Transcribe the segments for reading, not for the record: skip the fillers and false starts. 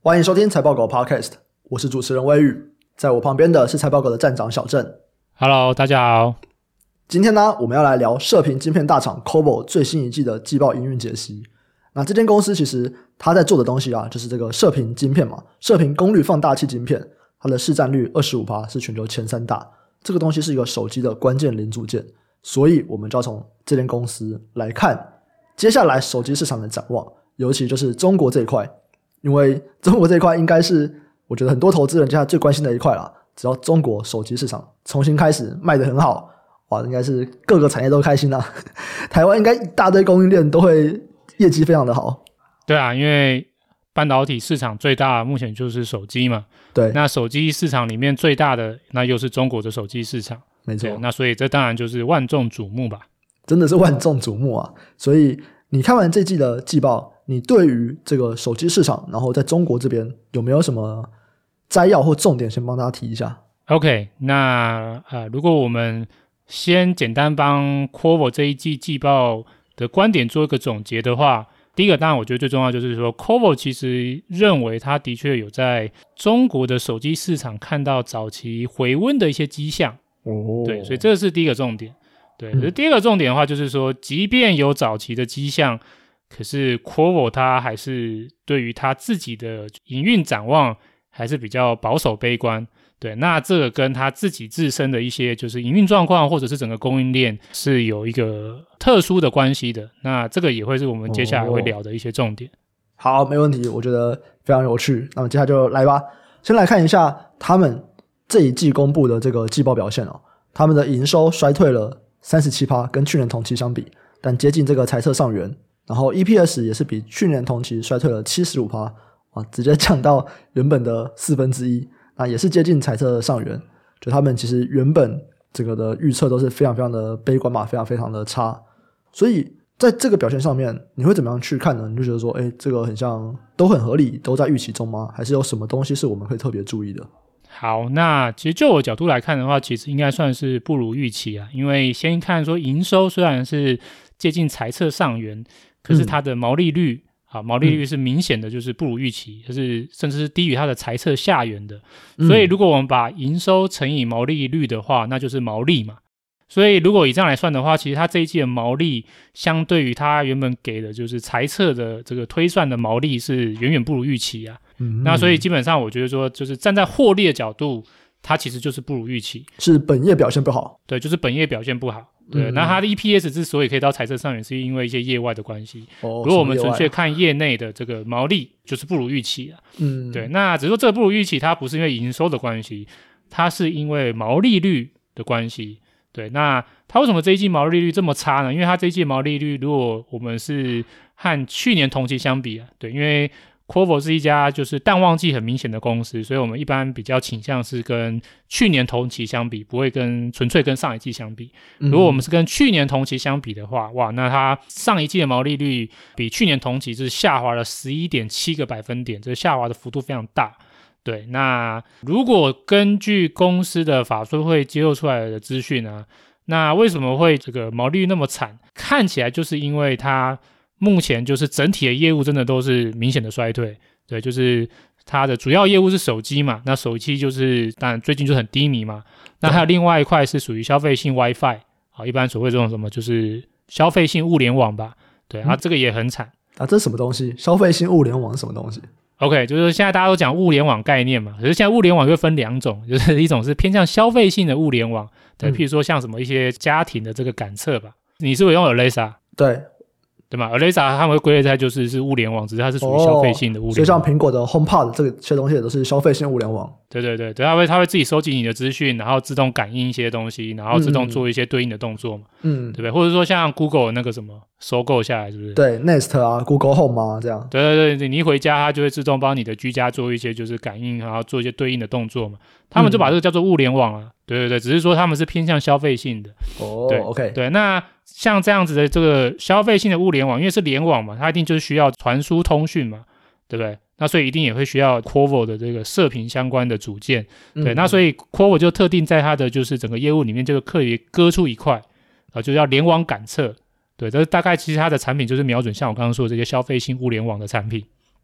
欢迎收听财报狗 Podcast， 我是主持人威宇，在我旁边的是财报狗的站长小郑。 Hello， 大家好。 今天呢，我们要来聊射频晶片大厂 Qorvo 最新一季的季报营运解析。那这间公司其实它在做的东西啊，就是这个射频晶片嘛，射频功率放大器晶片，它的市占率 25%， 是全球前3大。这个东西是一个手机的关键零组件，所以我们就要从这间公司来看接下来手机市场的展望，尤其就是中国这一块。因为中国这一块应该是我觉得很多投资人现在最关心的一块啦，只要中国手机市场重新开始卖得很好，哇，应该是各个产业都开心啦。台湾应该一大堆供应链都会业绩非常的好。 对啊，因为半导体市场最大目前就是手机嘛。 对， 那手机市场里面最大的那又是中国的手机市场。 没错。 那所以这当然就是万众瞩目吧。 真的是万众瞩目啊。所以你看完这季的季报，你对于这个手机市场然后在中国这边有没有什么摘要或重点先帮大家提一下？ OK， 那如果我们先简单帮 Qorvo 这一季季报的观点做一个总结的话，第一个当然我觉得最重要就是说 Qorvo 其实认为它的确有在中国的手机市场看到早期回温的一些迹象。对，所以这是第一个重点。对，可是第二个重点的话就是说，即便有早期的迹象，可是 Qorvo 它还是对于它自己的营运展望还是比较保守悲观。对，那这个跟它自己自身的一些就是营运状况或者是整个供应链是有一个特殊的关系的。那这个也会是我们接下来会聊的一些重点。 好，没问题，我觉得非常有趣。那么接下来就来吧，先来看一下他们这一季公布的这个季报表现哦。他们的营收衰退了 37%， 跟去年同期相比，但接近这个财测上缘。然后 EPS 也是比去年同期衰退了 75%， 直接降到原本的1/4，那也是接近财测上缘。就他们其实原本这个的预测都是非常非常的悲观嘛，非常非常的差。所以在这个表现上面，你会怎么样去看呢？你就觉得说，这个很像都很合理，都在预期中吗？还是有什么东西是我们会特别注意的？ 好，那其实就我角度来看的话，其实应该算是不如预期啊。因为先看说营收虽然是接近财测上缘，可是它的毛利率毛利率是明显的就是不如预期，就是甚至是低于它的财测下缘的。所以如果我们把营收乘以毛利率的话，那就是毛利嘛。所以如果以这样来算的话，其实它这一季的毛利相对于它原本给的就是财测的这个推算的毛利是远远不如预期啊。那所以基本上我觉得说，就是站在获利的角度，它其实就是不如预期， 是本业表现不好。 对，就是本业表现不好。对，那它的 EPS 之所以可以到财测上缘，是因为一些业外的关系。如果我们纯粹看业内的这个毛利，就是不如预期啊。对，那只是说这个不如预期，它不是因为营收的关系，它是因为毛利率的关系。对，那它为什么这一季毛利率这么差呢？因为它这一季毛利率，如果我们是和去年同期相比啊，对，因为Qorvo 是一家就是淡旺季很明显的公司，所以我们一般比较倾向是跟去年同期相比，不会纯粹跟上一季相比。如果我们是跟去年同期相比的话，哇，那它上一季的毛利率比去年同期是下滑了 11.7 个百分点，这下滑的幅度非常大。对，那如果根据公司的法说会揭露出来的资讯啊，那为什么会这个毛利率那么惨？看起来就是因为它目前就是整体的业务真的都是明显的衰退。对，就是它的主要业务是手机嘛，那手机就是当然最近就很低迷嘛。那还有另外一块是属于消费性 WiFi， 一般所谓这种什么就是消费性物联网吧。对，这个也很惨。 这是什么东西？消费性物联网是什么东西 ？OK， 就是现在大家都讲物联网概念嘛，可是现在物联网又分两种，就是一种是偏向消费性的物联网，对，譬如说像什么一些家庭的这个感测吧，你是不是用 Alexa？ 对吗 ？Alexa 他们会归类在就是物联网，只是它是属于消费性的物联网。 所以像苹果的 HomePod 这些东西也都是消费性物联网。 对，它会自己收集你的资讯，然后自动感应一些东西，然后自动做一些对应的动作嘛。对不对？或者说像 Google 那个什么收购下来，是不是？ 对 Nest 啊 ，Google Home 啊，这样。 对，你一回家它就会自动帮你的居家做一些就是感应，然后做一些对应的动作嘛。他们就把这个叫做物联网啊。对，只是说他们是偏向消费性的。对 ，OK。 对，那像这样子的这个消费性的物联网，因为是联网嘛，它一定就是需要传输通讯嘛，对不对？那所以一定也会需要 Qorvo 的这个射频相关的组件。对，那所以 Qorvo 就特定在它的就是整个业务里面就特别割出一块，就叫联网感测。对，这大概其实它的产品就是瞄准像我刚刚说的这些消费性物联网的产品。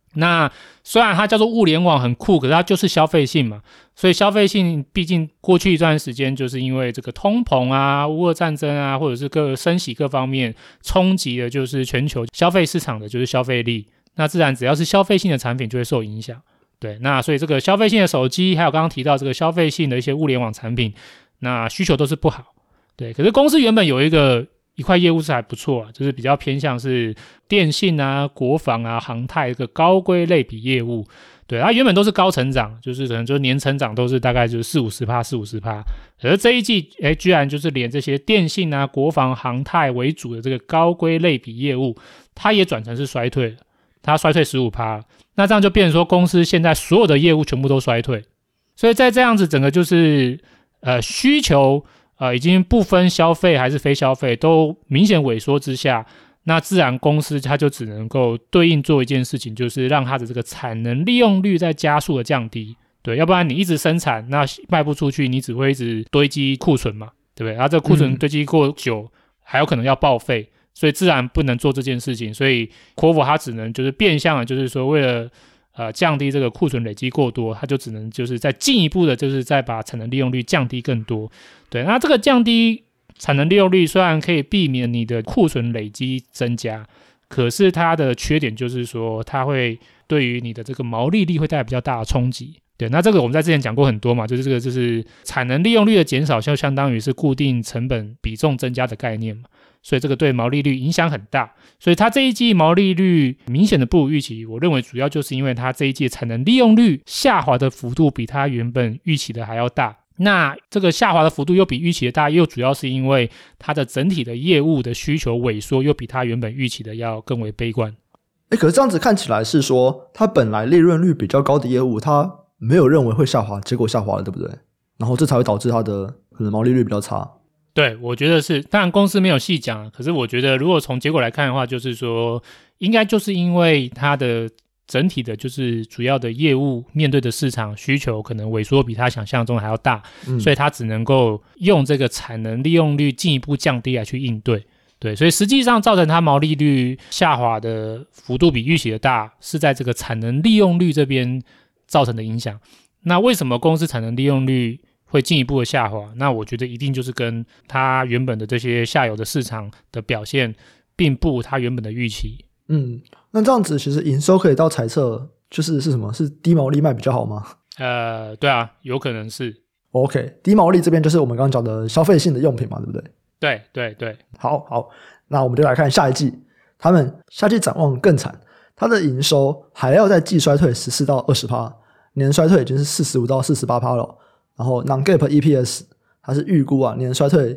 那虽然它叫做物联网很酷，可是它就是消费性嘛，所以消费性毕竟过去一段时间就是因为这个通膨啊、乌俄战争啊，或者是各升息各方面冲击的就是全球消费市场的就是消费力，那自然只要是消费性的产品就会受影响。对，那所以这个消费性的手机还有刚刚提到这个消费性的一些物联网产品，那需求都是不好。对，可是公司原本有一块业务是还不错啊，就是比较偏向是电信啊、国防啊、航太这个高规类比业务。对，它原本都是高成长，就是可能就是年成长都是大概就是40-50%，可是这一季居然就是连这些电信啊、国防、航太为主的这个高规类比业务，它也转成是衰退了，它衰退 15%， 那这样就变成说公司现在所有的业务全部都衰退，所以在这样子整个就是需求已经不分消费还是非消费都明显萎缩之下，那自然公司它就只能够对应做一件事情，就是让它的这个产能利用率在加速的降低。对，要不然你一直生产，那卖不出去，你只会一直堆积库存嘛，对不对？这个库存堆积过久，还有可能要报废，所以自然不能做这件事情。所以 Qorvo 它只能就是变相的，就是说为了降低这个库存累积过多，它就只能就是再进一步的，就是再把产能利用率降低更多。对，那这个降低产能利用率虽然可以避免你的库存累积增加，可是它的缺点就是说它会对于你的这个毛利率会带来比较大的冲击。对，那这个我们在之前讲过很多嘛，就是这个就是产能利用率的减少就相当于是固定成本比重增加的概念嘛，所以这个对毛利率影响很大，所以它这一季毛利率明显的不如预期，我认为主要就是因为它这一季产能利用率下滑的幅度比它原本预期的还要大，那这个下滑的幅度又比预期的大，又主要是因为它的整体的业务的需求萎缩又比它原本预期的要更为悲观。 可是这样子看起来是说它本来利润率比较高的业务它没有认为会下滑，结果下滑了，对不对？然后这才会导致它的可能毛利率比较差。 对，我觉得是，当然公司没有细讲，可是我觉得如果从结果来看的话，就是说应该就是因为它的整体的就是主要的业务面对的市场需求可能萎缩比他想象中还要大，所以他只能够用这个产能利用率进一步降低来去应对。对，所以实际上造成它毛利率下滑的幅度比预期的大，是在这个产能利用率这边造成的影响。那为什么公司产能利用率会进一步的下滑？那我觉得一定就是跟它原本的这些下游的市场的表现并不它原本的预期。 那这样子其实营收可以到猜测是什么？是低毛利卖比较好吗？ 对啊，有可能是。 OK， 低毛利这边就是我们刚刚讲的消费性的用品嘛，对不对？ 对对对。好， 那我们就来看下一季，他们下季展望更惨，它的营收还要再季衰退 14-20%， 年衰退已经是 45-48% 了。然后 non-GAAP EPS 它是预估年衰退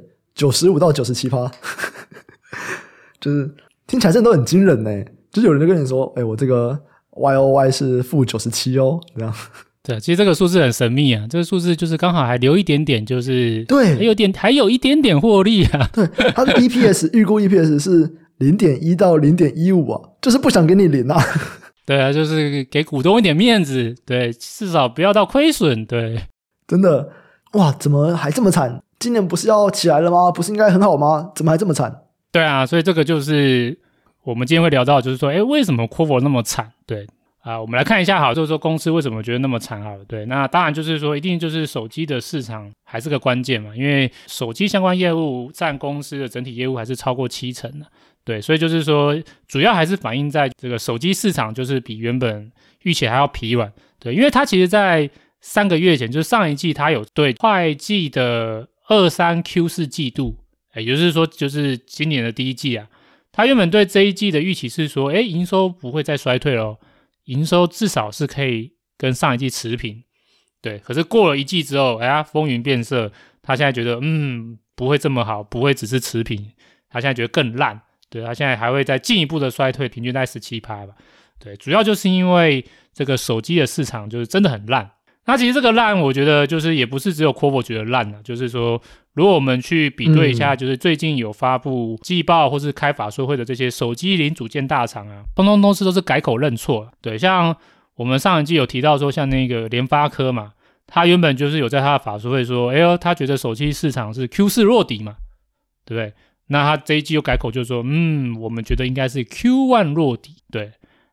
95-97%， 就是听起来真的都很惊人耶，就是有人就跟你说我这个 YOY 是负97哦，这样。 对，其实这个数字很神秘啊，这个数字就是刚好还留一点点，就是对， 还有一点点获利啊。 对，它的 EPS 预估 EPS 是 0.1 到 0.15 啊，就是不想给你0啊。 对啊，就是给股东一点面子，对，至少不要到亏损。对， 真的哇，怎么还这么惨？今年不是要起来了吗？不是应该很好吗？怎么还这么惨？ 对啊，所以这个就是我们今天会聊到，就是说为什么 Qorvo 那么惨？对我们来看一下好，就是说公司为什么觉得那么惨好了。对，那当然就是说一定就是手机的市场还是个关键嘛，因为手机相关业务占公司的整体业务还是超过70%的。对，所以就是说主要还是反映在这个手机市场就是比原本预期还要疲软。对，因为它其实在3个月前，就是上一季它有对会计的23 Q4 季度，也就是说就是今年的第一季啊，它原本对这一季的预期是说营收不会再衰退咯，营收至少是可以跟上一季持平。对，可是过了一季之后风云变色，他现在觉得不会这么好，不会只是持平，他现在觉得更烂。对，他现在还会再进一步的衰退，平均在 17% 吧。对，主要就是因为这个手机的市场就是真的很烂。那其实这个烂我觉得就是也不是只有 Qorvo 觉得烂就是说如果我们去比对一下，就是最近有发布季报或是开法说会的这些手机零组件大厂通通都是改口认错。对，像我们上一季有提到说像那个联发科嘛，他原本就是有在他的法说会说他觉得手机市场是 Q4 落底嘛，对不对？那他这一季又改口就说我们觉得应该是 Q1 落底。对，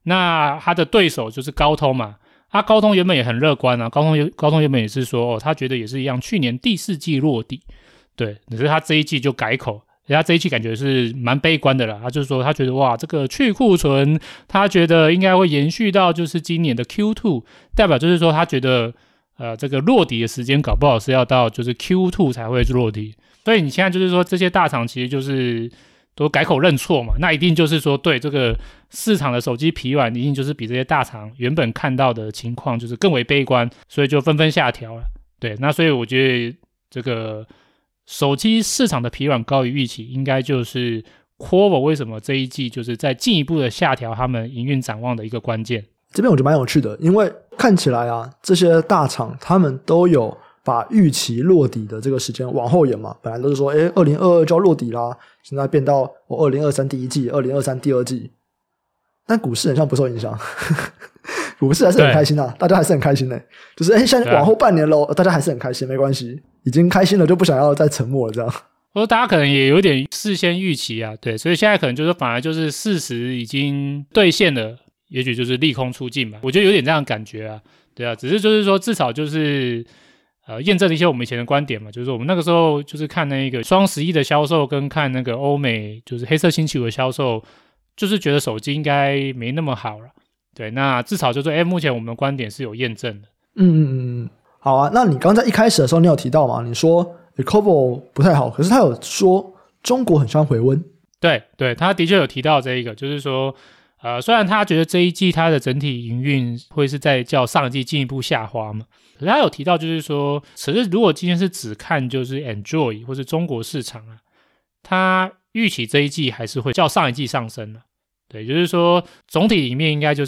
那他的对手就是高通嘛，高通原本也很乐观啊，高通原本也是说他觉得也是一样，去年第4季落底，对，可是他这一季就改口，他这一季感觉是蛮悲观的啦，他就是说他觉得哇，这个去库存他觉得应该会延续到就是今年的 Q2， 代表就是说他觉得这个落底的时间搞不好是要到就是 Q2 才会落底，所以你现在就是说这些大厂其实就是都改口认错嘛，那一定就是说对这个市场的手机疲软一定就是比这些大厂原本看到的情况就是更为悲观，所以就纷纷下调了。对，那所以我觉得这个手机市场的疲软高于预期，应该就是 Qorvo 为什么这一季就是在进一步的下调他们营运展望的一个关键。 这边我觉得蛮有趣的，因为看起来啊，这些大厂他们都有把预期落底的这个时间往后延嘛，本来都是说2022就要落底啦，现在变到2023第一季2023第二季，但股市很像不受影响股市还是很开心啊，大家还是很开心的，就是现在往后半年咯，大家还是很开心，没关系，已经开心了就不想要再沉默了这样。 或者大家可能也有点事先预期啊，对，所以现在可能就是反而就是事实已经兑现了，也许就是利空出尽吧，我觉得有点这样的感觉啊，对啊，只是就是说至少就是验证了一些我们以前的观点嘛，就是我们那个时候就是看那个双11的销售跟看那个欧美就是黑色星期五的销售，就是觉得手机应该没那么好了，对，那至少就是目前我们的观点是有验证的。 好啊，那你刚才一开始的时候你有提到嘛，你说 Qorvo 不太好，可是他有说中国很像回温。 对对，他的确有提到这一个，就是说虽然他觉得这一季他的整体营运会是在较上一季进一步下滑嘛，可是他有提到就是说，可是如果今天是只看就是 Android 或是中国市场啊，他预期这一季还是会较上一季上升了。对，就是说总体里面应该就是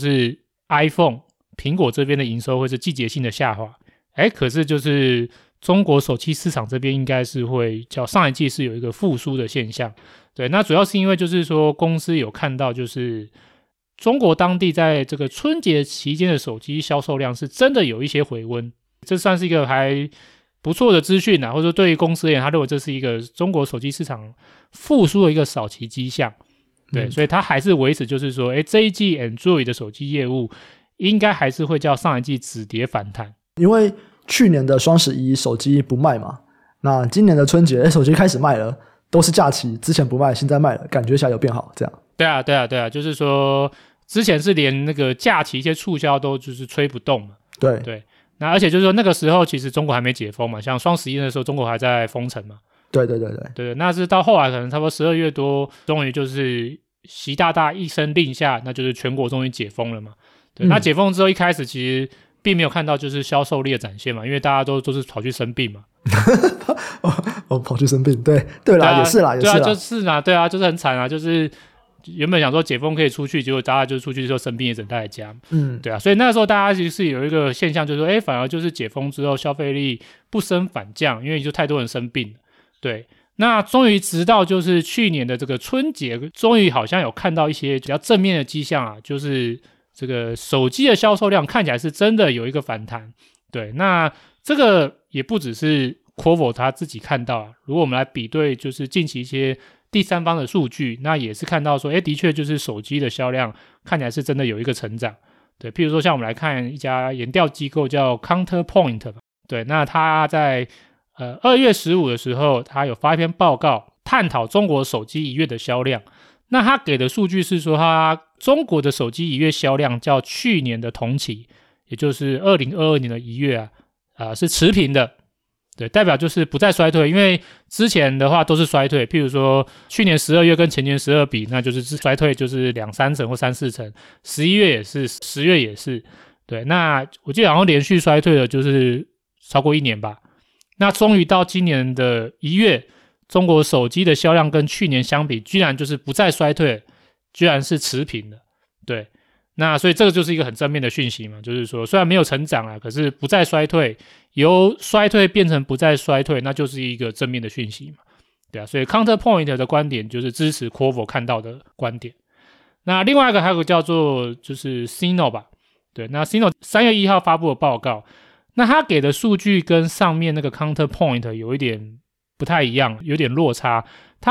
iPhone 苹果这边的营收会是季节性的下滑，可是就是中国手机市场这边应该是会较上一季是有一个复苏的现象。对，那主要是因为就是说公司有看到就是中国当地在这个春节期间的手机销售量是真的有一些回温，这算是一个还不错的资讯啊，或者说对于公司而言，他认为这是一个中国手机市场复苏的一个早期迹象。对，所以他还是维持就是说这一季 Android 的手机业务应该还是会较上一季止跌反弹， 因为去年的双11手机不卖嘛，那今年的春节手机开始卖了，都是假期，之前不卖现在卖了，感觉起来有变好这样。 对啊，就是说之前是连那个假期一些促销都就是吹不动嘛。对，那而且就是说那个时候其实中国还没解封嘛，像双11的时候中国还在封城嘛。对，那是到后来可能差不多12月多，终于就是习大大一声令下，那就是全国终于解封了嘛。对，那解封之后一开始其实并没有看到就是销售力的展现嘛，因为大家都是跑去生病嘛。 跑去生病，对啦，也是啦， 对啊，就是啦，对啊，就是很惨啊，就是原本想说解封可以出去，结果大家就出去之后生病也整待在家。对啊，所以那时候大家其实是有一个现象，就是说，反而就是解封之后消费力不升反降，因为就太多人生病了。对，那终于直到就是去年的这个春节，终于好像有看到一些比较正面的迹象啊，就是这个手机的销售量看起来是真的有一个反弹。对，那这个也不只是 Qorvo 他自己看到啊，如果我们来比对就是近期一些第三方的数据，那也是看到说的确就是手机的销量看起来是真的有一个成长。对，譬如说像我们来看一家研调机构叫 Counterpoint， 对，那他在2月15的时候他有发一篇报告探讨中国手机一月的销量，那他给的数据是说他中国的手机一月销量较去年的同期，也就是2022年的1月是持平的。对，代表就是不再衰退，因为之前的话都是衰退，譬如说去年12月跟前年12比，那就是衰退就是2-3成或3-4成，11月也是，10月也是。对，那我记得好像连续衰退了就是超过1年吧。那终于到今年的1月，中国手机的销量跟去年相比居然就是不再衰退，居然是持平的。对，那所以这个就是一个很正面的讯息嘛，就是说虽然没有成长可是不再衰退，由衰退变成不再衰退，那就是一个正面的讯息嘛。对啊，所以 Counterpoint 的观点就是支持 Qorvo 看到的观点。那另外一个还有个叫做就是 Sino 吧，对，那 Sino 3月1号发布的报告，那他给的数据跟上面那个 Counterpoint 有一点不太一样，有点落差。他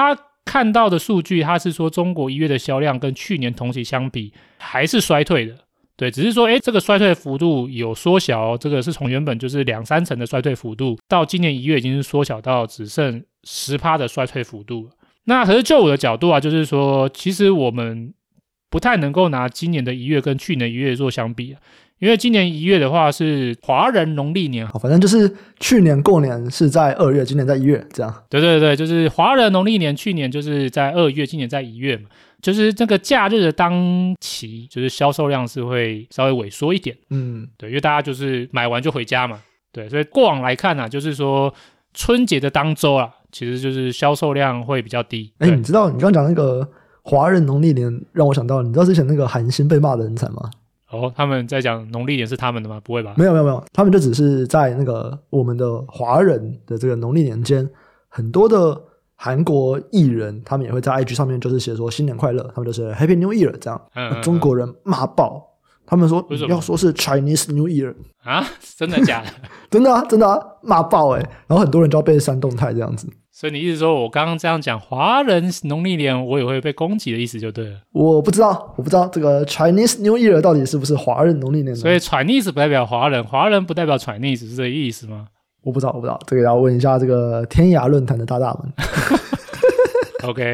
看到的数据，它是说中国1月的销量跟去年同期相比还是衰退的。对，只是说这个衰退的幅度有缩小这个是从原本就是2-3成的衰退幅度，到今年1月已经是缩小到只剩 10% 的衰退幅度了。那可是就我的角度啊，就是说其实我们不太能够拿今年的1月跟去年1月做相比啊，因为今年1月的话是华人农历年， 反正就是去年过年是在2月，今年在1月这样。 对对对，就是华人农历年去年就是在2月，今年在1月嘛，就是这个假日的当期就是销售量是会稍微萎缩一点。对，因为大家就是买完就回家嘛。对，所以过往来看啊，就是说春节的当周啊，其实就是销售量会比较低。 你知道你刚刚讲那个华人农历年让我想到，你知道之前那个韩星被骂的很惨吗？ 他们在讲农历年是他们的吗？不会吧？ 没有，他们就只是在那个我们的华人的这个农历年间，很多的韩国艺人他们也会在 IG 上面就是写说新年快乐，他们就是 Happy New Year 这样。中国人骂爆，他们说要说是 Chinese New Year 啊？真的假的？ 真的啊，骂爆然后很多人就要被删动态这样子。 所以你意思说我刚刚这样讲华人农历年我也会被攻击的意思就对了。 我不知道这个 Chinese New Year 到底是不是华人农历年呢？ 所以 Chinese 不代表华人，华人不代表 Chinese 是这个意思吗？ 我不知道，这个要问一下这个天涯论坛的大大们。 OK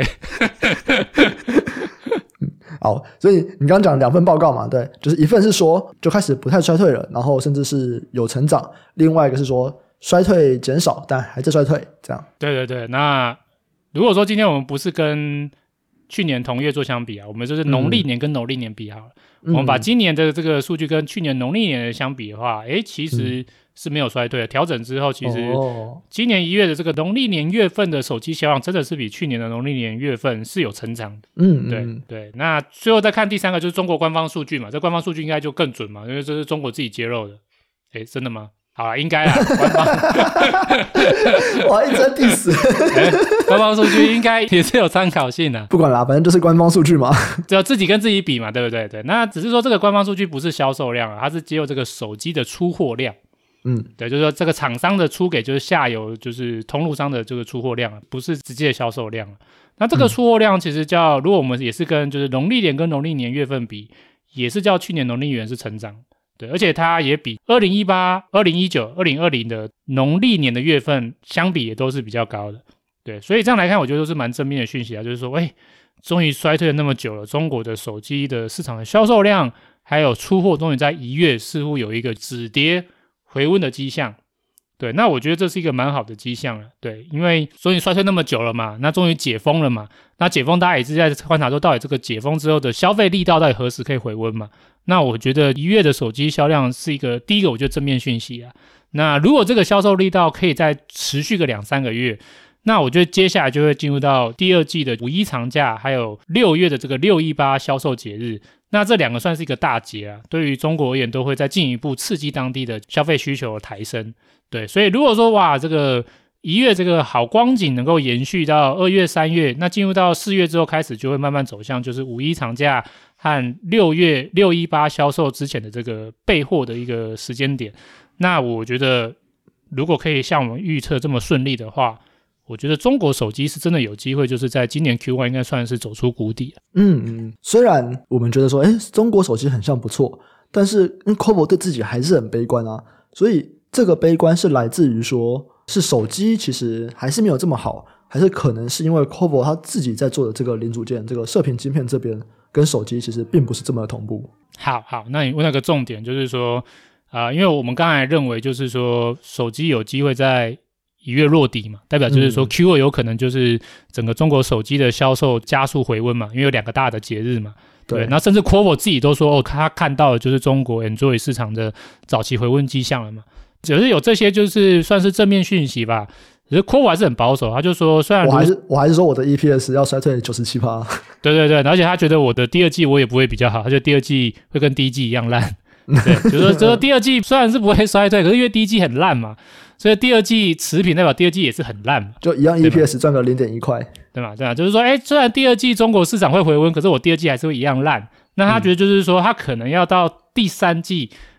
好，所以你刚刚讲2份报告嘛，对，就是一份是说就开始不太衰退了，然后甚至是有成长，另外一个是说衰退减少但还在衰退这样。 对，那如果说今天我们不是跟去年同月做相比啊，我们就是农历年跟农历年比好了，我们把今年的这个数据跟去年农历年的相比的话，其实是没有衰退的。调整之后，其实今年1月的这个农历年月份的手机销量真的是比去年的农历年月份是有成长的。对。那最后再看第3个就是中国官方数据嘛，这官方数据应该就更准嘛，因为这是中国自己揭露的。真的吗？好啦，应该啦，官方哇，一针必死。 官方数据应该也是有参考性的。 不管啦，反正就是官方数据嘛， 只有自己跟自己比嘛，对不对？对，那只是说这个官方数据不是销售量啊，它是揭露这个手机的出货量。对，就是说这个厂商的出给就是下游就是通路商的这个出货量，不是直接的销售量。那这个出货量其实如果我们也是跟就是农历年跟农历年月份比，也是去年农历年是成长。对，而且它也比2018、2019、2020的农历年的月份相比也都是比较高的。对，所以这样来看，我觉得都是蛮正面的讯息啊，就是说，终于衰退了那么久了，中国的手机的市场的销售量还有出货，终于在1月似乎有一个止跌回温的迹象。对，那我觉得这是一个蛮好的迹象了。对，因为终于衰退那么久了嘛，那终于解封了嘛，那解封大家也是在观察说，到底这个解封之后的消费力道到底何时可以回温嘛？那我觉得1月的手机销量是第一个我觉得正面讯息啊。那如果这个销售力道可以再持续个2-3个月，那我觉得接下来就会进入到第2季的5一长假，还有6月的这个618销售节日。那这2个算是一个大节啊，对于中国而言都会再进一步刺激当地的消费需求的抬升。对，所以如果说这个1月这个好光景能够延续到2月、3月，那进入到4月之后开始就会慢慢走向就是5一长假和6月618销售之前的这个备货的一个时间点。那我觉得如果可以像我们预测这么顺利的话，我觉得中国手机是真的有机会就是在今年 Q1 应该算是走出谷底。 虽然我们觉得说中国手机很像不错，但是Kobo 对自己还是很悲观啊，所以这个悲观是来自于说是手机其实还是没有这么好，还是可能是因为 Kobo 他自己在做的这个零组件这个射频晶片这边跟手机其实并不是这么的同步。好， 那你问那个重点就是说因为我们刚才认为就是说手机有机会在1月落底嘛，代表就是说 Q2 有可能就是整个中国手机的销售加速回温嘛，因为有2个大的节日嘛。对，然后甚至 Qualcomm 自己都说他看到的就是中国 Android 市场的早期回温迹象了嘛。只是有这些就是算是正面讯息吧。可是 Qualcomm 还是很保守，他就说虽然我还是说我的 EPS 要衰退 97%。 对，而且他觉得我的第2季我也不会比较好，他觉得第2季会跟第1季一样烂。对，就是说第2季虽然是不会衰退，可是因为第1季很烂嘛，所以第2季持平代表第2季也是很烂嘛， 就一样 EPS 赚个 0.1 块， 对吧？就是说虽然第2季中国市场会回温，可是我第2季还是会一样烂。那他觉得就是说他可能要到第3季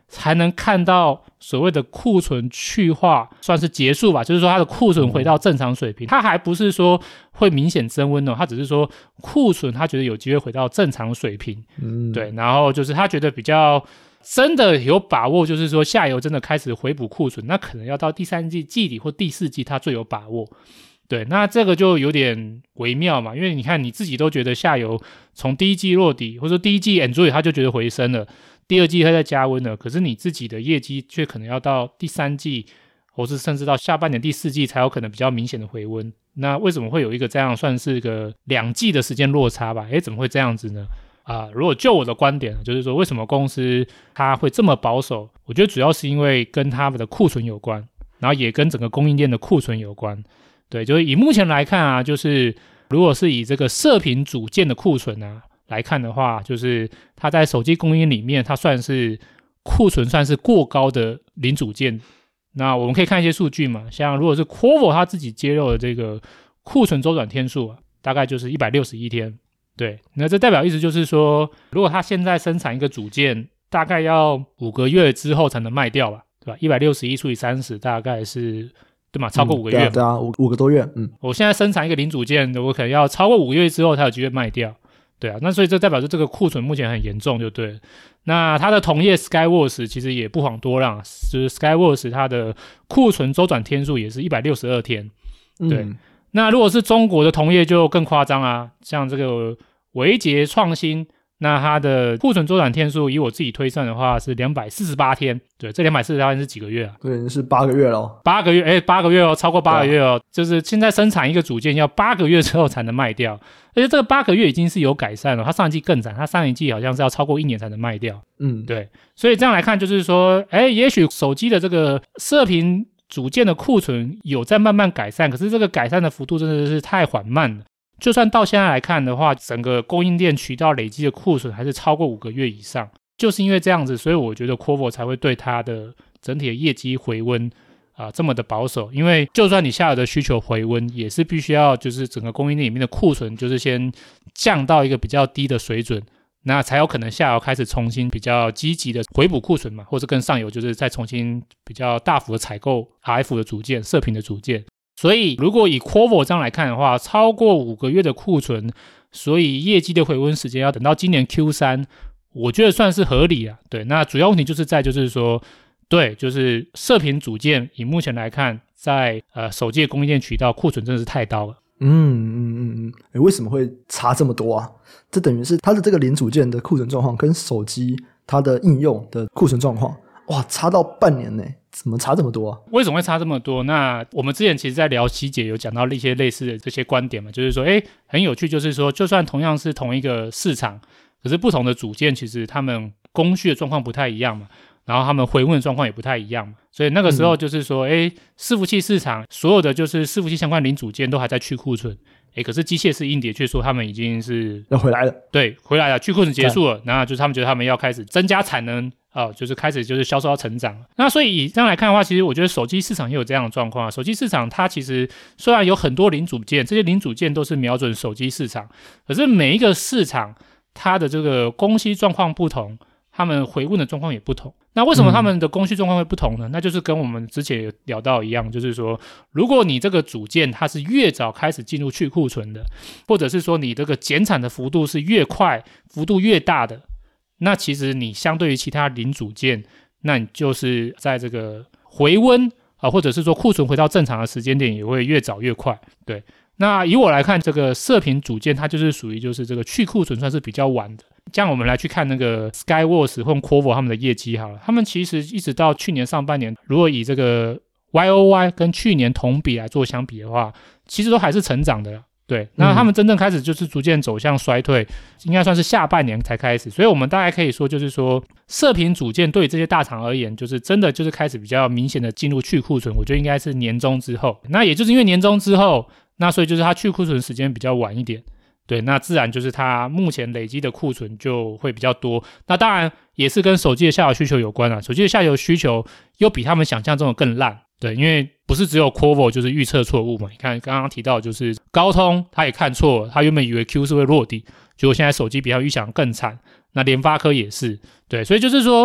才能看到所谓的库存去化算是结束吧，就是说它的库存回到正常水平，它还不是说会明显增温它只是说库存它觉得有机会回到正常水平，对，然后就是他觉得比较真的有把握，就是说下游真的开始回补库存，那可能要到第三季季底或第四季它最有把握。对，那这个就有点微妙嘛，因为你看你自己都觉得下游从第一季落底，或者说第一季 Android 它就觉得回升了，第二季它在加温了，可是你自己的业绩却可能要到第三季，或是甚至到下半年第四季才有可能比较明显的回温。那为什么会有一个这样算是个2季的时间落差吧？怎么会这样子呢？如果就我的观点，就是说为什么公司它会这么保守，我觉得主要是因为跟他们的库存有关，然后也跟整个供应链的库存有关。对，就是以目前来看就是如果是以这个射频组件的库存来看的话，就是它在手机供应里面，它算是库存算是过高的零组件。那我们可以看一些数据嘛，像如果是 Qorvo 它自己揭露的这个库存周转天数大概就是161天。对，那这代表意思就是说，如果它现在生产一个组件，大概要5个月之后才能卖掉吧，对吧？161除以30大概是。对嘛，超过5个月， 对啊，5个多月。 我现在生产一个零组件，我可能要超过5个月之后才有机会卖掉。对啊，那所以这代表着这个库存目前很严重就对了。那它的同业 Skyworks 其实也不遑多让，就是 Skyworks 它的库存周转天数也是162天。对，那如果是中国的同业就更夸张像这个维捷创新，那它的库存周转天数以我自己推算的话是248天。对，这248天是几个月对，是8个月咯。 8个月，8个月超过8个月就是现在生产一个组件要8个月之后才能卖掉，而且这个8个月已经是有改善了，它上一季更惨，它上一季好像是要超过1年才能卖掉。对，所以这样来看就是说也许手机的这个射频组件的库存有在慢慢改善，可是这个改善的幅度真的是太缓慢了。就算到现在来看的话，整个供应链渠道累积的库存还是超过5个月以上，就是因为这样子，所以我觉得 Qorvo 才会对它的整体的业绩回温这么的保守。因为就算你下游的需求回温，也是必须要就是整个供应链里面的库存就是先降到一个比较低的水准，那才有可能下游开始重新比较积极的回补库存嘛，或者跟上游就是再重新比较大幅的采购 RF 的组件、射频的组件。所以如果以 Qorvo 这样来看的话，超过5个月的库存，所以业绩的回温时间要等到今年 Q3， 我觉得算是合理对，那主要问题就是说，对，就是射频组件以目前来看，在手机的供应链渠道库存真的是太高了。 为什么会差这么多这等于是它的这个零组件的库存状况跟手机它的应用的库存状况，差到半年呢。怎么差这么多为什么会差这么多？那我们之前其实在聊希捷有讲到一些类似的这些观点嘛，就是说很有趣，就是说就算同样是同一个市场，可是不同的组件其实他们供需的状况不太一样嘛，然后他们回温的状况也不太一样嘛，所以那个时候就是说伺服器市场所有的就是伺服器相关零组件都还在去库存，可是机械式硬碟却说他们已经是要回来了， 对，回来了，去库存结束了，然后就是他们觉得他们要开始增加产能就是开始就是销售要成长。那所以以这样来看的话，其实我觉得手机市场也有这样的状况手机市场它其实虽然有很多零组件，这些零组件都是瞄准手机市场，可是每一个市场它的这个供需状况不同，他们回温的状况也不同。那为什么他们的供需状况会不同呢？那就是跟我们之前有聊到一样，就是说如果你这个组件它是越早开始进入去库存的，或者是说你这个减产的幅度是越快幅度越大的，那其实你相对于其他零组件，那你就是在这个回温或者是说库存回到正常的时间点也会越早越快。对，那以我来看，这个射频组件它就是属于就是这个去库存算是比较晚的。这样我们来去看那个 Skyworks 或 Qorvo 他们的业绩好了，他们其实一直到去年上半年，如果以这个 YOY 跟去年同比来做相比的话，其实都还是成长的。对，那他们真正开始就是逐渐走向衰退，应该算是下半年才开始，所以我们大概可以说就是说射频组件对于这些大厂而言，就是真的就是开始比较明显的进入去库存，我觉得应该是年中之后。那也就是因为年中之后，那所以就是它去库存时间比较晚一点，对，那自然就是它目前累积的库存就会比较多。那当然也是跟手机的下游需求有关手机的下游需求又比他们想象中的更烂。对，因为不是只有 Qorvo 就是预测错误嘛，你看刚刚提到就是高通他也看错了，他原本以为 Q 是会落底，结果现在手机比他预想更惨，那联发科也是。对，所以就是说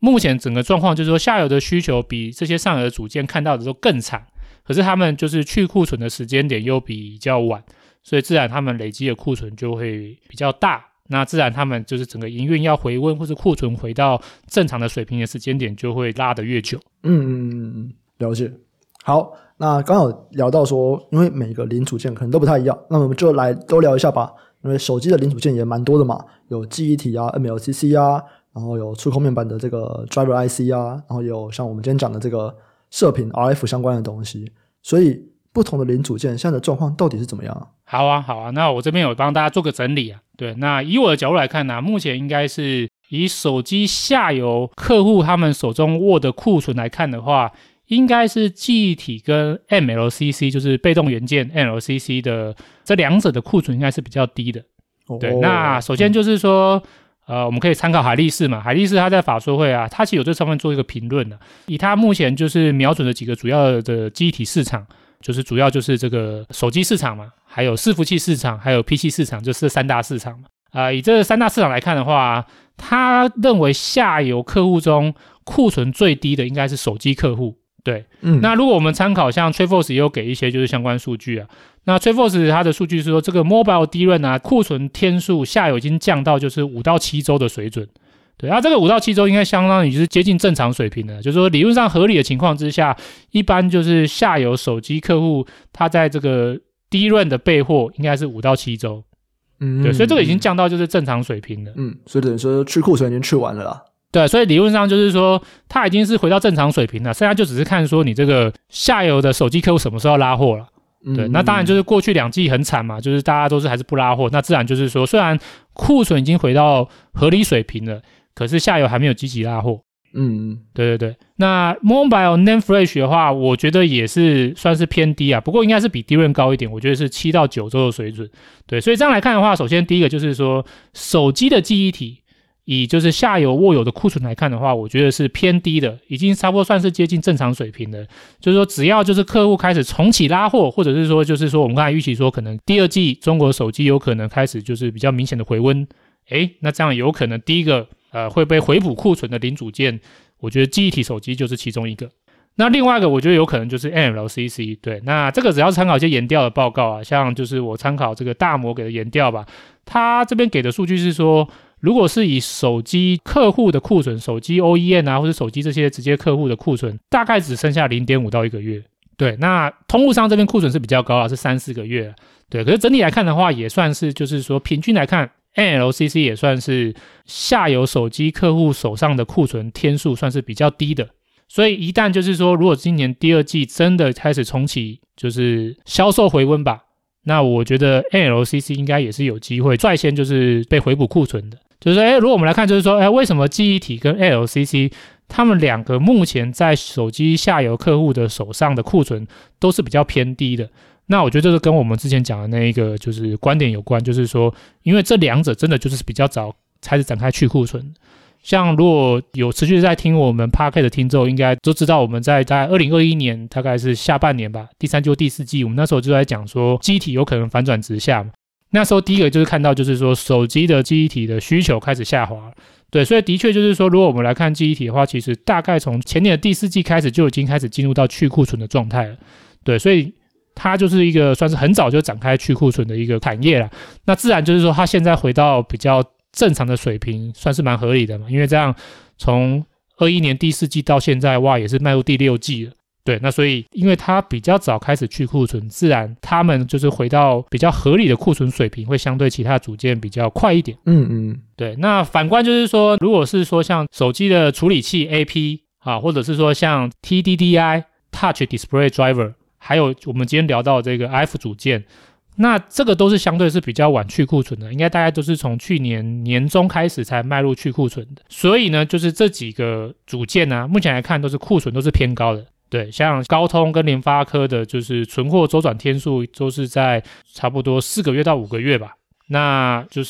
目前整个状况就是说下游的需求比这些上游的组件看到的都更惨，可是他们就是去库存的时间点又比较晚，所以自然他们累积的库存就会比较大，那自然他们就是整个营运要回温或是库存回到正常的水平的时间点就会拉得越久。 了解。好，那刚好聊到说因为每个零组件可能都不太一样，那我们就来多聊一下吧。因为手机的零组件也蛮多的嘛，有记忆体啊 MLCC 啊，然后有触控面板的这个 driver IC 啊，然后有像我们今天讲的这个射频 RF 相关的东西，所以不同的零组件现在的状况到底是怎么样啊？ 好啊，那我这边有帮大家做个整理啊。对，那以我的角度来看呢，目前应该是以手机下游客户他们手中握的库存来看的话，应该是记忆体跟 MLCC 就是被动元件 MLCC 的这两者的库存应该是比较低的。对，那首先就是说我们可以参考海力士嘛，海力士他在法说会啊，他其实有这上面做一个评论的，以他目前就是瞄准的几个主要的记忆体市场，就是主要就是这个手机市场嘛，还有伺服器市场，还有 PC 市场，就是三大市场嘛。以这三大市场来看的话，他认为下游客户中库存最低的应该是手机客户。对，那如果我们参考像 TrendForce 也有给一些就是相关数据啊，那 TrendForce 它的数据是说这个 Mobile DRAM 啊库存天数下游已经降到就是5到7周的水准。对，这个5到7周应该相当于就是接近正常水平了，就是说理论上合理的情况之下，一般就是下游手机客户他在这个 DRAM 的备货应该是5到7周。对，所以这个已经降到就是正常水平了。 所以等于说去库存已经去完了啦。 对，所以理论上就是说它已经是回到正常水平了，剩下就只是看说你这个下游的手机客户什么时候拉货了。对，那当然就是过去2季很惨嘛，就是大家都是还是不拉货，那自然就是说虽然库存已经回到合理水平了，可是下游还没有积极拉货。对。那 Mobile NAND Flash 的话，我觉得也是算是偏低啊，不过应该是比 DRAM 高一点，我觉得是7到9周的水准。对，所以这样来看的话，首先第一个就是说手机的记忆体以就是下游握有的库存来看的话，我觉得是偏低的，已经差不多算是接近正常水平的。就是说只要就是客户开始重启拉货，或者是说就是说我们刚才预期说可能第2季中国手机有可能开始就是比较明显的回温，那这样有可能第一个会被回补库存的零组件，我觉得记忆体手机就是其中一个。那另外一个我觉得有可能就是 MLCC。 对，那这个只要参考一些研调的报告啊，像就是我参考这个大摩给的研调吧，他这边给的数据是说，如果是以手机客户的库存，手机 OEM 啊或者手机这些直接客户的库存大概只剩下 0.5 到1个月。对，那通路商这边库存是比较高是3-4个月。对，可是整体来看的话也算是就是说平均来看MLCC 也算是下游手机客户手上的库存天数算是比较低的。所以一旦就是说如果今年第2季真的开始重启就是销售回温吧，那我觉得 MLCC 应该也是有机会率先就是被回补库存的。就是说如果我们来看就是说为什么记忆体跟 MLCC 他们两个目前在手机下游客户的手上的库存都是比较偏低的，那我觉得这是跟我们之前讲的那一个就是观点有关，就是说因为这两者真的就是比较早开始展开去库存。像如果有持续在听我们 Podcast 的听众应该都知道，我们在大概2021年大概是下半年吧，第3季或第4季，我们那时候就在讲说记忆体有可能反转直下嘛。那时候第一个就是看到就是说手机的记忆体的需求开始下滑了。对，所以的确就是说如果我们来看记忆体的话，其实大概从前年的第4季开始就已经开始进入到去库存的状态了。对，所以它就是一个算是很早就展开去库存的一个产业啦。那自然就是说它现在回到比较正常的水平算是蛮合理的嘛，因为这样从21年第4季到现在哇也是迈入第6季了。对，那所以因为它比较早开始去库存，自然他们就是回到比较合理的库存水平会相对其他组件比较快一点。对，那反观就是说如果是说像手机的处理器 AP 或者是说像 TDDI Touch Display Driver 还有我们今天聊到这个 RF 组件，那这个都是相对是比较晚去库存的，应该大概都是从去年年中开始才迈入去库存的。所以呢就是这几个组件啊目前来看都是库存都是偏高的。对，像高通跟联发科的就是存货周转天数都是在差不多4个月到5个月吧。那就是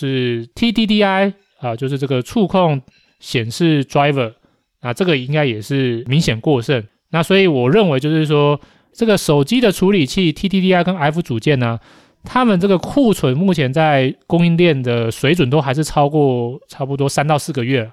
TDDI 就是这个触控显示 driver， 那这个应该也是明显过剩。那所以我认为就是说这个手机的处理器 TDDI 跟 RF 组件呢，他们这个库存目前在供应链的水准都还是超过差不多3到4个月了。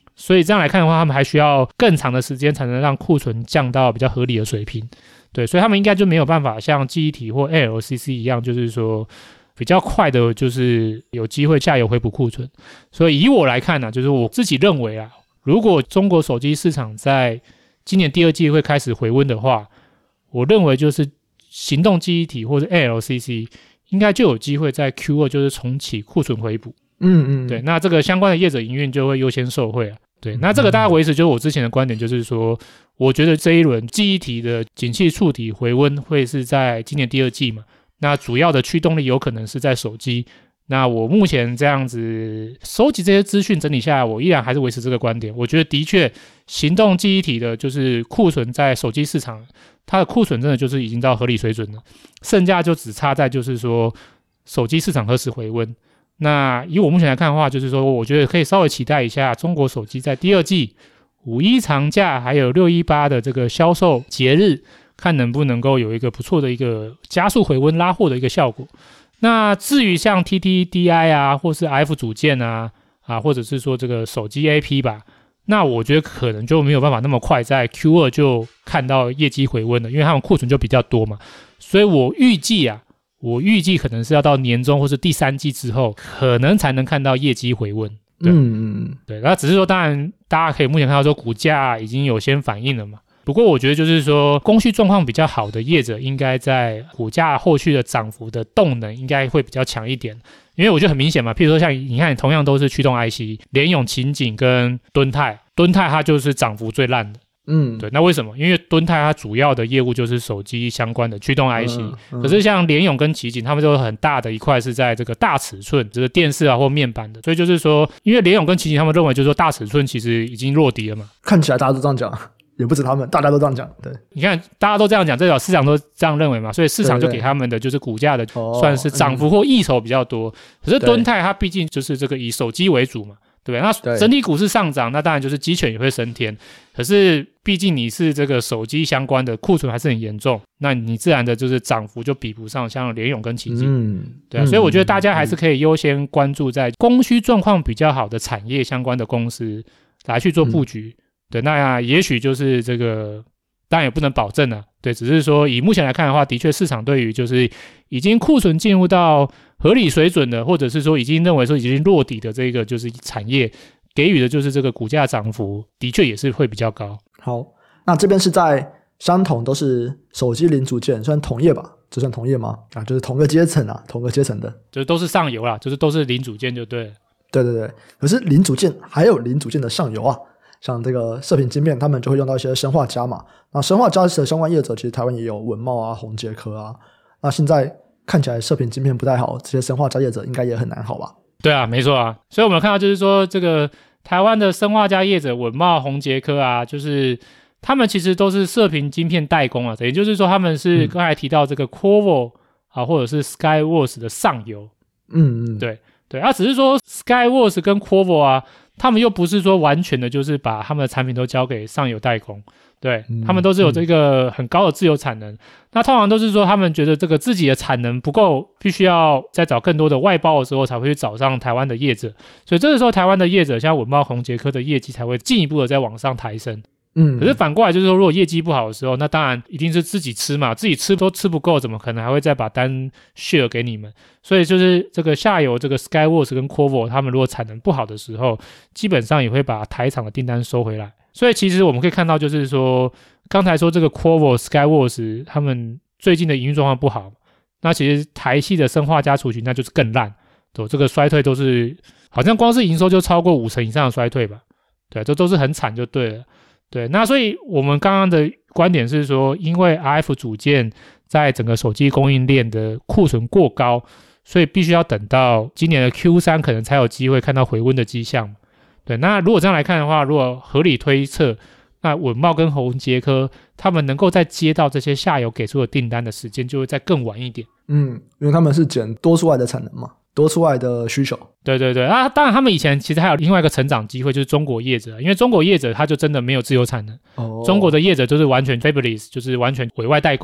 所以这样来看的话，他们还需要更长的时间才能让库存降到比较合理的水平。对，所以他们应该就没有办法像记忆体或 LCC 一样，就是说比较快的，就是有机会下游回补库存。所以以我来看呢，就是我自己认为啊，如果中国手机市场在今年第二季会开始回温的话，我认为就是行动记忆体或者 LCC 应该就有机会在 Q2 就是重启库存回补。对，那这个相关的业者营运就会优先受惠啊。对，那这个大概维持就是我之前的观点，就是说我觉得这一轮记忆体的景气触底回温会是在今年第二季嘛，那主要的驱动力有可能是在手机。那我目前这样子收集这些资讯整理下来，我依然还是维持这个观点。我觉得的确行动记忆体的就是库存在手机市场，它的库存真的就是已经到合理水准了，剩下就只差在就是说手机市场何时回温。那以我目前来看的话，就是说我觉得可以稍微期待一下中国手机在第二季5·1长假还有6·18的这个销售节日，看能不能够有一个不错的一个加速回温拉货的一个效果。那至于像 TTDI 啊，或是 RF 组件啊，或者是说这个手机 AP 吧，那我觉得可能就没有办法那么快在 Q2 就看到业绩回温了，因为他们库存就比较多嘛。所以我预计可能是要到年中或是第三季之后，可能才能看到业绩回温。对，那只是说，当然大家可以目前看到说股价已经有先反应了嘛。不过我觉得就是说，供需状况比较好的业者，应该在股价后续的涨幅的动能应该会比较强一点。因为我觉得很明显嘛，譬如说像你看，同样都是驱动 IC， 联咏、勤景跟敦泰它就是涨幅最烂的。对，那为什么？因为敦泰它主要的业务就是手机相关的驱动 IC，可是像联咏跟奇景，他们都有很大的一块是在这个大尺寸，这个电视啊或面板的，所以就是说，因为联咏跟奇景他们认为就是说大尺寸其实已经弱敌了嘛。 看起来大家都这样讲，也不止他们，大家都这样讲。对， 你看大家都这样讲，代表市场都这样认为嘛，所以市场就给他们的就是股价的算是涨幅或溢酬比较多。可是敦泰它毕竟就是这个以手机为主嘛。对，那整体股市上涨，那当然就是鸡犬也会升天。可是毕竟你是这个手机相关的库存还是很严重，那你自然的就是涨幅就比不上像联咏跟奇景。对啊，所以我觉得大家还是可以优先关注在供需状况比较好的产业相关的公司来去做布局。对，那也许就是这个，当然也不能保证啊。对，只是说以目前来看的话，的确市场对于就是已经库存进入到合理水准的，或者是说已经认为说已经落底的这个就是产业，给予的就是这个股价涨幅，的确也是会比较高。 好，那这边是在相同都是手机零组件，算同业吧？这算同业吗？就是同个阶层啊，同个阶层的， 就是都是上游啦，就是都是零组件就对了。 对，可是零组件还有零组件的上游啊。像这个射频晶片，他们就会用到一些砷化镓嘛。那砷化镓的相关业者，其实台湾也有文茂啊、宏捷科啊。那现在看起来射频晶片不太好，这些砷化镓业者应该也很难好吧？ 对啊，没错啊。所以我们看到就是说，这个台湾的砷化镓业者文茂、宏捷科啊，就是他们其实都是射频晶片代工啊，也就是说他们是刚才提到这个 Qorvo 啊，或者是 Skyworks 的上游。对，只是说 Skyworks 跟 Qorvo 啊。他们又不是说完全的就是把他们的产品都交给上游代工，对，他们都是有这个很高的自有产能。那通常都是说他们觉得这个自己的产能不够，必须要再找更多的外包的时候才会去找上台湾的业者，所以这个时候台湾的业者像文茂、宏捷科的业绩才会进一步的再往上抬升。可是反过来就是说，如果业绩不好的时候，那当然一定是自己吃嘛，自己吃都吃不够，怎么可能还会再把单 share 给你们？所以就是这个下游这个 Skyworks 跟 Qorvo 他们如果产能不好的时候，基本上也会把台厂的订单收回来。所以其实我们可以看到，就是说刚才说这个 Qorvo、Skyworks 他们最近的营运状况不好，那其实台系的砷化镓族群那就是更烂，这个衰退都是好像光是营收就超过50%以上的衰退吧？对，这都是很惨就对了。对，那所以我们刚刚的观点是说，因为 RF 组件在整个手机供应链的库存过高，所以必须要等到今年的 Q3 可能才有机会看到回温的迹象。对，那如果这样来看的话，如果合理推测，那文茂跟宏捷科他们能够再接到这些下游给出的订单的时间就会再更晚一点。 因为他们是减多出来的产能嘛。多出来的需求。 对当然他们以前其实还有另外一个成长机会，就是中国业者，因为中国业者他就真的没有自有产能。中国的业者就是完全 fabless， 就是完全委外代工。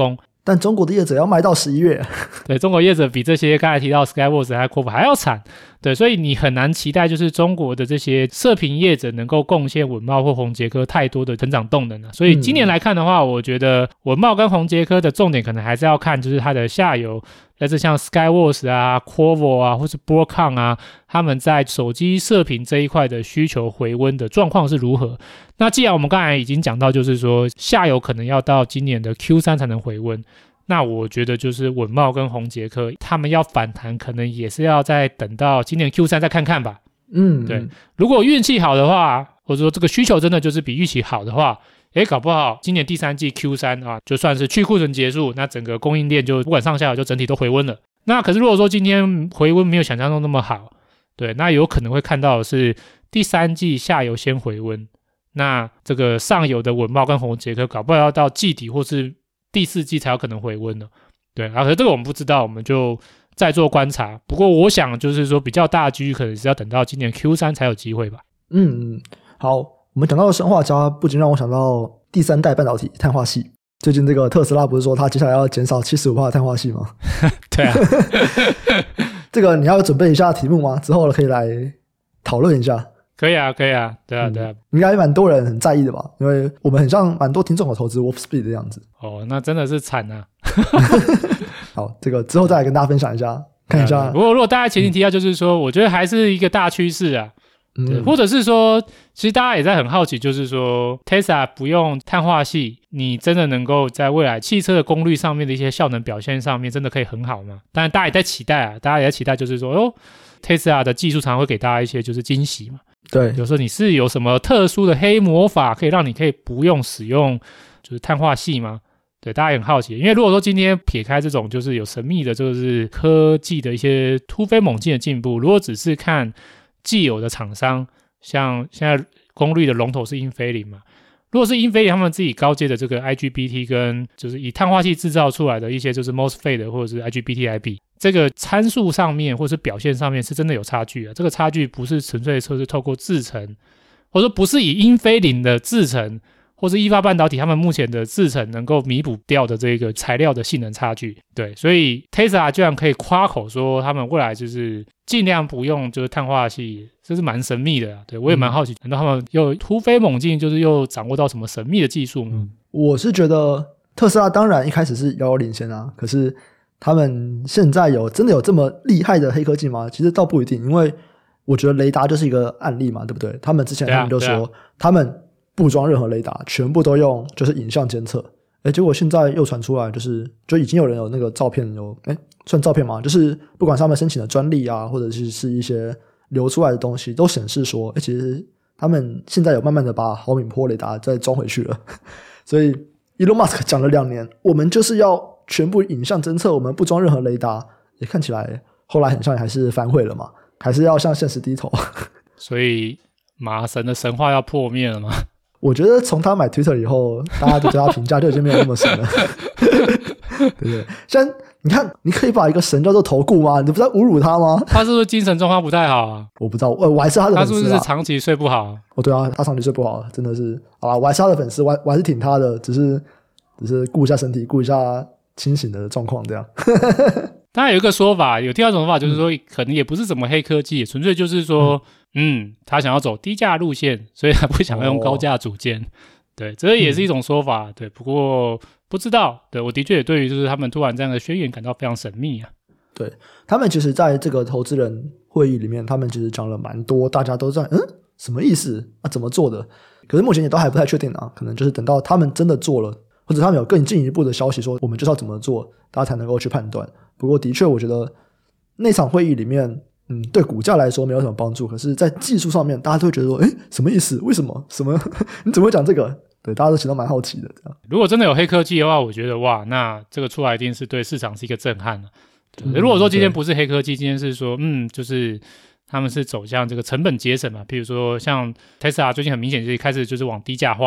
但中国的业者要卖到11月。 对，中国业者比这些刚才提到 Skyworks 还有 Qorvo 还要惨。对，所以你很难期待就是中国的这些射频业者能够贡献稳懋或宏捷科太多的成长动能了。所以今年来看的话，我觉得稳懋跟宏捷科的重点可能还是要看就是它的下游，但是像 Skyworks 啊 Qorvo 啊或是 Broadcom 啊，他们在手机射频这一块的需求回温的状况是如何。那既然我们刚才已经讲到就是说下游可能要到今年的 Q3 才能回温，那我觉得就是稳懋跟宏捷科他们要反弹可能也是要再等到今年 Q3 再看看吧。对，如果运气好的话，或者说这个需求真的就是比预期好的话，搞不好今年第三季 Q3 啊，就算是去库存结束，那整个供应链就不管上下游就整体都回温了。那可是如果说今天回温没有想象中那么好，对，那有可能会看到的是第三季下游先回温，那这个上游的稳懋跟宏捷科搞不好要到季底或是第四季才有可能回温了。对，可是这个我们不知道，我们就再做观察。不过我想就是说比较大的几率可能是要等到今年 Q3 才有机会吧。 好，我们讲到生化家不仅让我想到第三代半导体碳化系。最近这个特斯拉不是说它接下来要减少 75% 的碳化系吗？ 对啊。 这个你要准备一下题目吗？之后可以来讨论一下。 可以啊，对啊。 应该蛮多人很在意的吧？因为我们很像蛮多听众有投资 Wolfspeed 的样子。 那真的是惨啊。 好，这个之后再来跟大家分享一下，看一下。 不过如果大家前提提到就是说，我觉得还是一个大趋势啊。对，或者是说其实大家也在很好奇，就是说 Tesla 不用碳化系，你真的能够在未来汽车的功率上面的一些效能表现上面真的可以很好吗？当然大家也在期待就是说Tesla 的技术常常会给大家一些就是惊喜嘛。 对， 有时候你是有什么特殊的黑魔法可以让你可以不用使用就是碳化系吗？对，大家也很好奇。因为如果说今天撇开这种就是有神秘的就是科技的一些突飞猛进的进步，如果只是看既有的厂商，像现在功率的龙头是英飞凌嘛，如果是英飞凌他们自己高阶的这个 IGBT 跟就是以碳化系制造出来的一些就是 MOSFET 或者是 IGBT来比，这个参数上面或是表现上面是真的有差距啊。这个差距不是纯粹说是透过制程，或者说不是以英飞凌的制程或是意法半导体他们目前的制程能够弥补掉的这个材料的性能差距。对，所以 Tesla 居然可以夸口说他们未来就是尽量不用就是碳化系，这是蛮神秘的啊。对，我也蛮好奇，难道他们又突飞猛进，就是又掌握到什么神秘的技术吗？ 我是觉得特斯拉当然一开始是遥遥领先啊，可是他们现在真的有这么厉害的黑科技吗？其实倒不一定，因为我觉得雷达就是一个案例嘛，对不对？他们之前他们就说他们不装任何雷达，全部都用就是影像监测。结果现在又传出来就已经有人有那个照片算照片吗？就是不管是他们申请的专利啊，或者是一些流出来的东西都显示说其实他们现在有慢慢的把毫米波雷达再装回去了。所以 Elon Musk 讲了2年，我们就是要全部影像侦测，我们不装任何雷达，也看起来后来很像还是反悔了嘛，还是要向现实低头。所以马神的神话要破灭了吗？ 我觉得从他买 Twitter 以后，大家对他评价就已经没有那么神了。对不对？像你看，你可以把一个神叫做投顾吗？你不是在侮辱他吗？ 他是不是精神状况不太好啊？ 我不知道，我还是他的粉丝。 他是不是长期睡不好？ 对啊，他长期睡不好，真的是。好吧，我还是他的粉丝，我还是挺他的，只是顾一下身体，顾一下清醒的状况这样。 当然有一个说法，有第二种说法，就是说可能也不是什么黑科技，纯粹就是说他想要走低价路线，所以他不想要用高价组件。对，这也是一种说法。对，不过不知道。对，我的确也对于就是他们突然这样的宣言感到非常神秘啊。 对，他们其实在这个投资人会议里面，他们其实讲了蛮多，大家都在什么意思啊？怎么做的？可是目前也都还不太确定啊，可能就是等到他们真的做了，或者他们有更进一步的消息说我们就是要怎么做，大家才能够去判断。不过的确我觉得那场会议里面对股价来说没有什么帮助，可是在技术上面大家都会觉得说什么意思？为什么？什么你怎么会讲这个？对，大家都其实都蛮好奇的这样。 如果真的有黑科技的话，我觉得哇，那这个出来一定是对市场是一个震撼啊。如果说今天不是黑科技，今天是说就是他们是走向这个成本节省嘛，比如说像 Tesla 最近很明显就是开始就是往低价化嘛。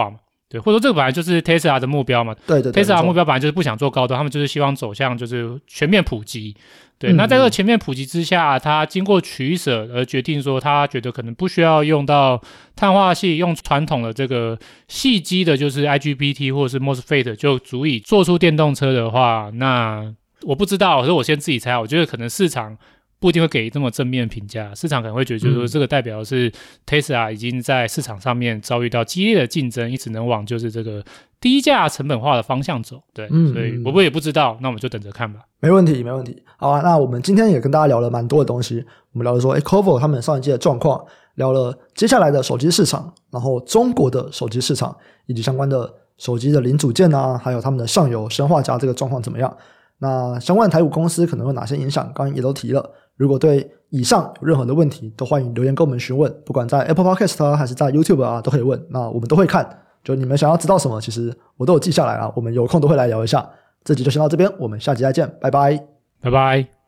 对，或者说这个本来就是 Tesla 的目标嘛。 对对对 ，Tesla 的目标本来就是不想做高端，他们就是希望走向就是全面普及。对，那在这个全面普及之下，他经过取舍而决定说，他觉得可能不需要用到碳化系，用传统的这个细基的，就是 IGBT 或者是 MOSFET 就足以做出电动车的话，那我不知道，可是我先自己猜，我觉得可能市场不一定会给这么正面的评价，市场可能会觉得就是说这个代表是 Tesla 已经在市场上面遭遇到激烈的竞争，一直能往就是这个低价成本化的方向走。对，所以我也不知道，那我们就等着看吧。 没问题没问题。好啊，那我们今天也跟大家聊了蛮多的东西，我们聊了说Qorvo 他们上一季的状况，聊了接下来的手机市场，然后中国的手机市场以及相关的手机的零组件啊，还有他们的上游砷化镓这个状况怎么样。那相关的台股公司可能有哪些影响，刚刚也都提了。如果对以上有任何的问题，都欢迎留言跟我们询问，不管在 Apple Podcast 还是在 YouTube 啊，都可以问，那我们都会看。就你们想要知道什么，其实我都有记下来啊，我们有空都会来聊一下。这集就先到这边，我们下集再见，拜拜， 拜拜。